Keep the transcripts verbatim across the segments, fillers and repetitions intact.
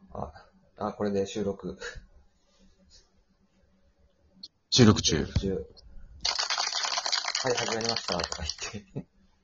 あ、あ、これで収録。 収録中。 収録中。はい、始まりました、とか言って。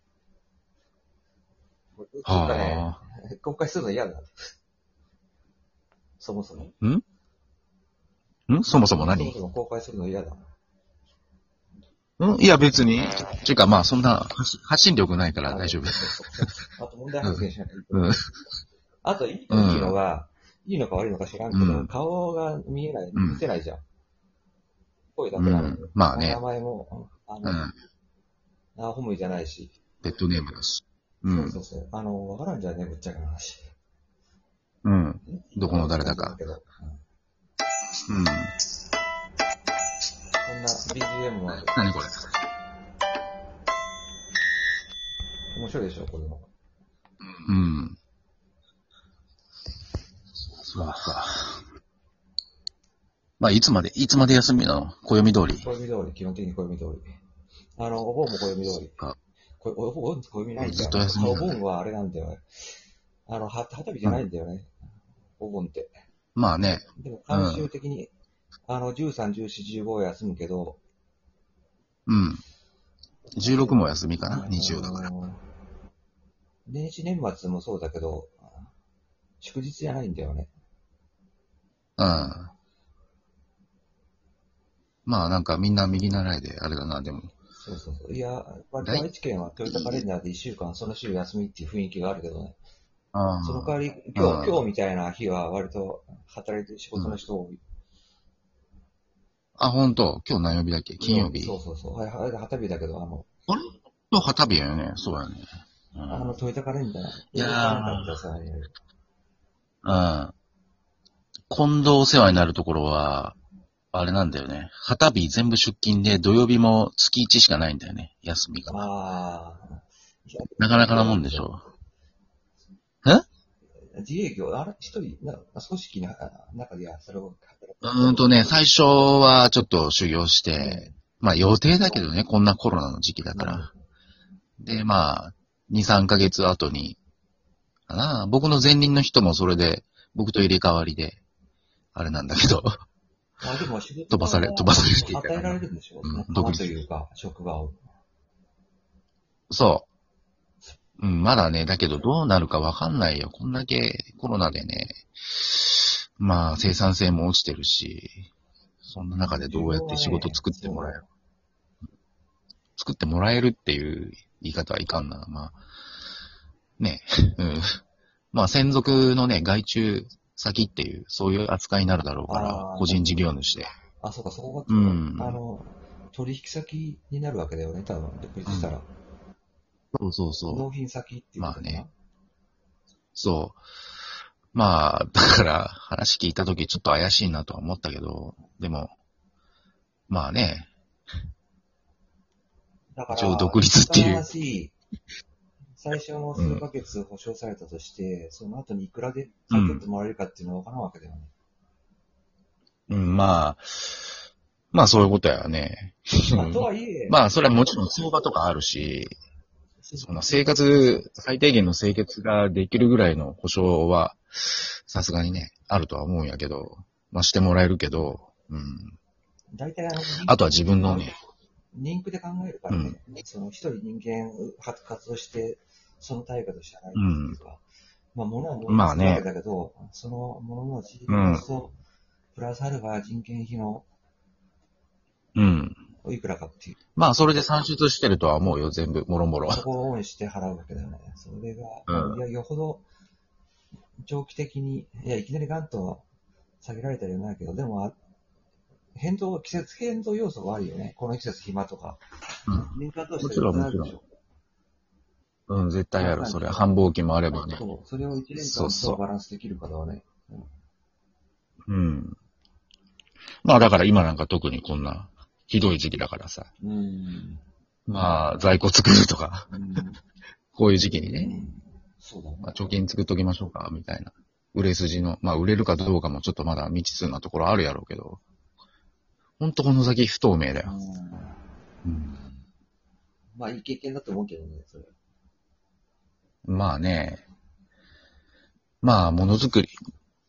なんかね、 は公開するの嫌だ。そもそも。 あ。んんそもそもそも何そも公開するの嫌だ。 んいや別に。ていうかまあそんな発発信力ないから大丈夫。 そうそうそうそうあと問題発言しなきゃいいけど。 うん。 あと、いいうんいいのが、いいのか悪いのか知らんけど、 うん顔が見えない、 うん見せないじゃん。声だうけなのに。 ん。まあ名ね。 前も、あの、 うん。 ナホムじゃないし。 ペットネームだし。う。 そうんそうそう。あの、わからんじゃんね、ぶっちゃけの話。 うん。どこの誰だか。 けど。うんうん。 こんな ビージーエム もある。 何これ。 面白いでしょ、これも。 うん。そうか。まあいつまで、いつまで休みなの暦通り。 暦通り、基本的に暦通り。あの、お盆も暦通り。 かこおお盆って暦ないんだよ。 ずっと休みなんだお盆はあれなんだよ。あの、は、旗日じゃないんだよね。お盆って。 まあね。 でも、慣習的に、あの、じゅうさん、じゅうよん、じゅうごは休むけど、 うん。じゅうろくも休みかな日曜だから。 あの年始年末もそうだけど、祝日じゃないんだよね。 うん。まあなんかみんな右習いであれだな、でも。 そうそうそう。いや、割と大愛知県はトヨタカレンダーでいっしゅうかんその週休みっていう雰囲気があるけどね。 あその代わり、 あ。 今日、今日日。 みたいな日は割と働いてる仕事の人多い。 あ、ほんと。今日何曜日だっけ金曜日。 そうそうそう。はい、はい、旗日だけど、あの、 あれ今日旗日やよね。そうやね。うん。 あの、トヨタカレンダー。 いやートヨタカレンダーってさ、 うん。近藤お世話になるところは、あれなんだよね。旗日全部出勤で土曜日も月いちしかないんだよね。休みが。 ああ。 なかなかなもんでしょ。え自営業、あれ、一人、な組織の中でや、それを働く。 うーんとね、最初はちょっと修行して、まあ予定だけどね、こんなコロナの時期だから。で、まあ、に、さんかげつ後に、かな、僕の前任の人もそれで、僕と入れ替わりで、あれなんだけど、 あ、でも仕事飛ばされ、飛ばされるって言った与えらかな。 れるんでしょ、 うん仲間独立というか、職場を。 そう。うん、まだね、だけどどうなるかわかんないよ。こんだけコロナでね、まあ生産性も落ちてるし、そんな中でどうやって仕事作ってもらえる、作ってもらえるっていう言い方はいかんな。まあ、ね、うん。まあ専属のね、外注先っていう、そういう扱いになるだろうから、個人事業主で。 あ、そうか、そこが、 うん。 あの、取引先になるわけだよね、多分、独立したら。 そうそうそう。 納品先っていうことかな。 まあね。そう。まあ、だから話聞いたときちょっと怪しいなとは思ったけど、でも、まあね、 だから、 一応独立っていう。 話、最初の数ヶ月保証されたとして、うん、その後にいくらで買い取ってもらえるかっていうのは分からんわけだよね。 うん、うん、まあ、まあそういうことやね。 まあ、とはいえ、 まあそれはもちろん相場とかあるし、その生活、最低限の生活ができるぐらいの保証は、さすがにね、あるとは思うんやけど、まあしてもらえるけど、うん。 大体あの、 あとは自分のね、 リンクで考えるからね、うん、その一人人間活動して、その対価としてないっていうか、うん、まあ物は物にするわけだけど、まあね、その物の事業と、プラスアルファ人件費の、 うん。 いくらかっていう。 まあそれで算出してるとは思うよ、全部、もろもろ。 そこをオンして払うわけだよね。それが、うん、いや、よほど、長期的に、いや、いきなりガンと下げられたりはないけど、でも、変動、季節変動要素はあるよね。この季節暇とか。 うん。 年間通してもちろん、もちろん。うん、絶対ある。それ、繁忙期もあればね。 そう。それを一年間とバランスできるかだわね。 そうそう。うん。まあだから今なんか特にこんな、ひどい時期だからさ。 うん。 まあ、在庫作るとか。うん、こういう時期にね。 うん、そうだね。 まあ、貯金作っときましょうか、みたいな。売れ筋の、まあ売れるかどうかもちょっとまだ未知数なところあるやろうけど。ほんとこの先不透明だよ。 うん。うん、まあいい経験だと思うけどね、それ。 まあね。まあ、ものづくり。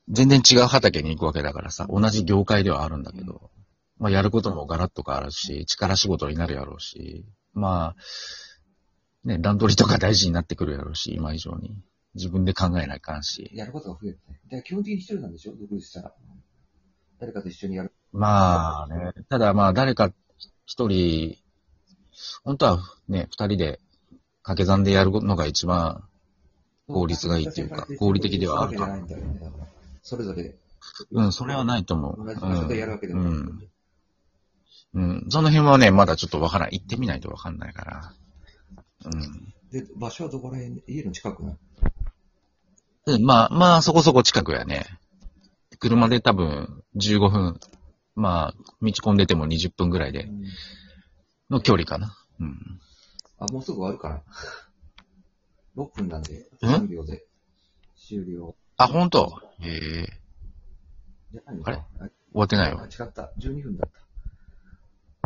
全然違う畑に行くわけだからさ、同じ業界ではあるんだけど、まあやることもガラッと変わるし、力仕事になるやろうし、まあ、ね、段取りとか大事になってくるやろうし、今以上に。自分で考えないかんし。 やることが増えてね。で基本的に一人なんでしょ独立したら。誰かと一緒にやる。 まあね、ただまあ誰か一人、本当はね、二人で掛け算でやるのが一番効率がいいっていうか、合理的ではあるかな。 それぞれ。 うん、それはないと思う。 同じ場所でやるわけでもない。うん。 うん、その辺はね、まだちょっとわからない。行ってみないとわかんないから。うん。 で、場所はどこら辺、家の近くなの？ うん、まあ、まあ、そこそこ近くやね。車で多分じゅうごふん、まあ、道込んでてもにじゅっぷんぐらいで、の距離かな。うん。 あ、もうすぐ終わるかな。ろっぷんなんで、終了で。終了。 あ、ほんと？へえ。あれ？終わってないよ。 あ、違った。じゅうにふんだった。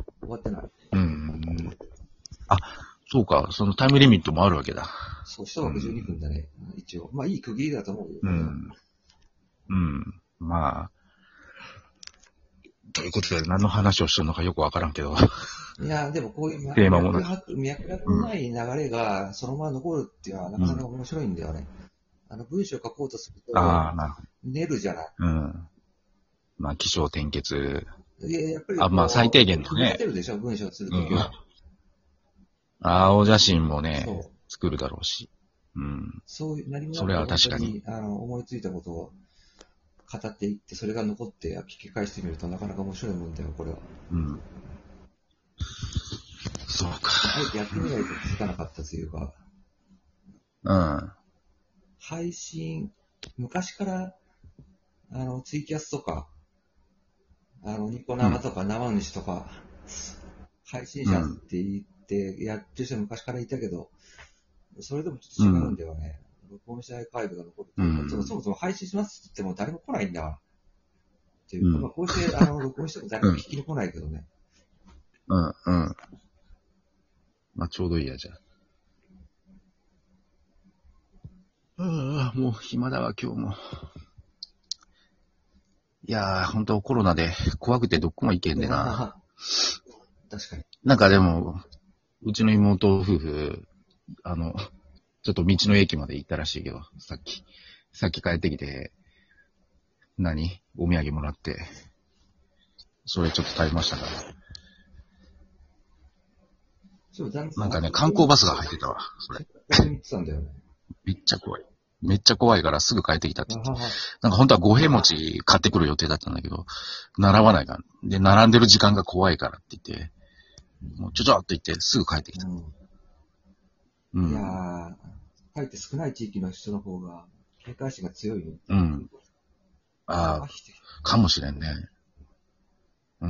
終わってない。 うん。あ、そうか。そのタイムリミットもあるわけだ。 そう、一枠じゅうにふんだね。うん、一応。まあ、いい区切りだと思うよ。 うん。うん。まあ。ということで、何の話をしてるのかよくわからんけど。 いや、でもこういうテーマもな脈絡のない流れがそのまま残るっていうのはなかなか面白いんだよね。うん、あの文章を書こうとすると、 ああ、なるほど。 寝るじゃない。 うん。まあ、起承転結。 いや、やっぱりあ、まあ、最低限のね。 てるでしょ、文章をするときは。 うん、青写真もね、作るだろうし。うん。 そういう、何もそれは確かに。 あの、思いついたことを語っていって、それが残って聞き返してみるとなかなか面白いもんだよ、これは。 うん。そうか。 あえてやってみないと気づかなかったというか。 うん。 配信、昔から、あの、ツイキャスとか、あの、ニコ生とか生主とか、配信者って言ってやってる人昔からいたけど、それでもちょっと違うんだよね。うん、録音しない回部が残るというか、うん、そもそも配信しますって言っても誰も来ないんだから。っていうか、うん、まあ、こうして、あの、録音しても誰も聞きに来ないけどね。 うん、うん。まあ、ちょうどいいや、じゃあ。ああ、もう暇だわ、今日も。いやー、ほんとコロナで怖くてどこも行けんでな。 確かに。 なんかでも、うちの妹夫婦、あの、ちょっと道の駅まで行ったらしいけど、さっき、さっき帰ってきて、何？お土産もらって、それちょっと食べましたから。なんかね、観光バスが入ってたわ、それ。めっちゃ怖い。めっちゃ怖いからすぐ帰ってきたって言って。なんか本当は五平餅買ってくる予定だったんだけど、並ばないから。で、並んでる時間が怖いからって言って、もうちょちょっと言ってすぐ帰ってきた。うんうん、いやー、かえって少ない地域の人の方が警戒心が強いよ。 うん。ああ、かもしれんね。うん。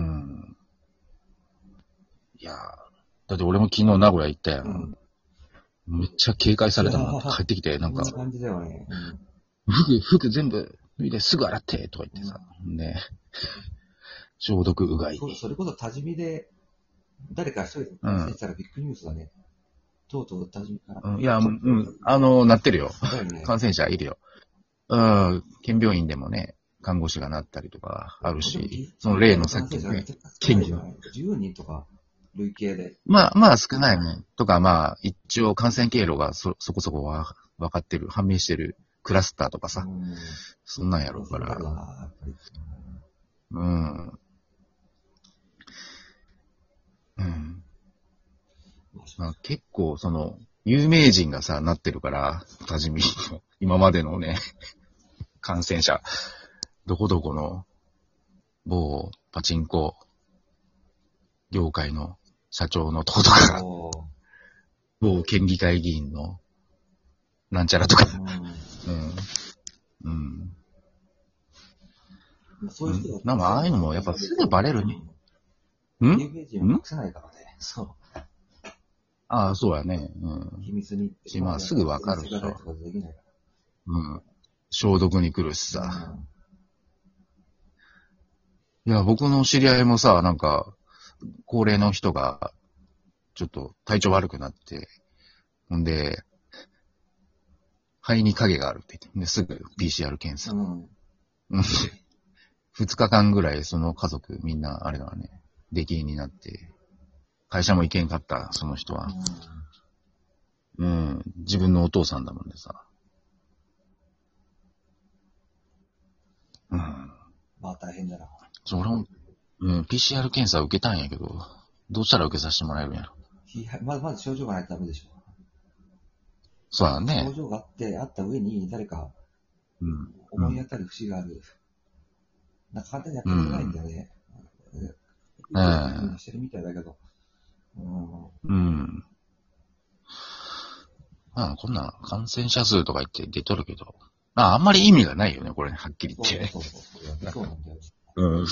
いやー、だって俺も昨日名古屋行ったやん。うんめっちゃ警戒されたなって帰ってきて、なんか、 そんな感じだよね。 うん、服、服全部脱いですぐ洗ってとか言ってさ、うん、ね、消毒うがい。 それこそ多治見で、誰か一人で感染したらビッグニュースだね。うん、とうとう多治見から、 うん。いや、うん、あの、なってるよ。ね、感染者いるよ。うん、県病院でもね、看護師がなったりとかあるし、その例のさっきのね、県議の。 じゅうにんとか。累計で。 まあ、まあ少ないね。とか、まあ、一応感染経路がそ、そこそこは分かってる、判明してるクラスターとかさ。うん、そんなんやろうから。うん。うん。まあ結構、その、有名人がさ、なってるから、多治見の、今までのね、感染者、どこどこの、某パチンコ、業界の社長のとことか、某県議会議員のなんちゃらとか、うん。うん。そういう人なんかああいうのもやっぱすぐバレるね。 うん？有名人は隠せないからね。そう。 ああ、そうやね。うん。 秘密に。 まあすぐわかるでしょ。うん。消毒に来るしさ。いや、僕の知り合いもさ、なんか、高齢の人が、ちょっと体調悪くなって、ほんで、肺に影があるって言って、ですぐ ピーシーアール 検査。うん、 うん二日間ぐらいその家族みんなあれだね、出禁になって、会社も行けんかった、その人は。うん、自分のお父さんだもんでさ。うん。 まあ大変だな。 そ俺も、うん、ピーシーアール 検査受けたんやけど、どうしたら受けさせてもらえるんやろ。 まず、まず症状がないとダメでしょ。 そうだね。 症状があって、あった上に誰か、 うん。 思い当たる節がある。うん、なんか簡単にやってくれないんだよね。うん。うん。してるみたいだけど。うん。うん。 まあ、こんな感染者数とか言って出とるけど、ああんまり意味がないよね、これ、はっきり言って。 そうそうそうそう。そうなんだよ。 うん。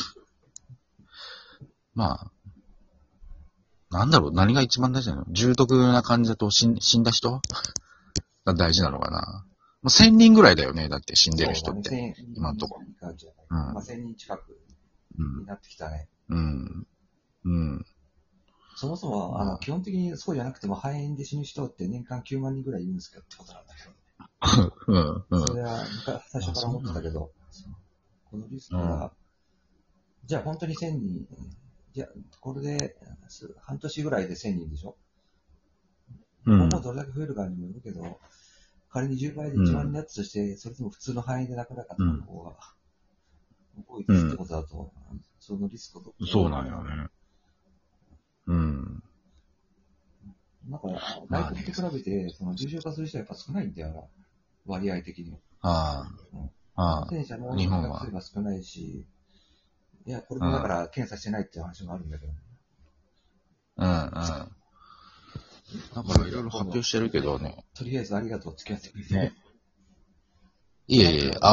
まあ、なんだろう、何が一番大事なの？重篤な患者と死ん死んだ人が大事なのかな。もうせんにんぐらいだよね、だって死んでる人って。ね、今のところ。 うん。まあ、せんにん近くになってきたね。 うん。うん。 そもそも、あの、基本的にそうじゃなくても、肺炎で死ぬ人って年間きゅうまんにんぐらいいるんですけどってことなんだけど。うんうん、それは最初から思ってたけど、このリスクは、うん、じゃあ本当にせんにん、じゃあこれで半年ぐらいでせんにんでしょ、うん、今後どれだけ増えるかにもよるけど、仮にじゅうばいでいちまんにんだとして、うん、それとも普通の範囲でなくなかった方が多いってことだと、うん、そのリスクを、 そうなんよね。うん。 なんか、外国と比べて、その重症化する人はやっぱ少ないんだよな。割合的に。 ああ。うん、ああ。 感染者も比較すれば少ないし、いや、これもだから検査してないっていう話もあるんだけど。 うんうん。だからいろいろ発表してるけどね。 とりあえずありがとう、付き合ってくれて。ね、 いえいえ、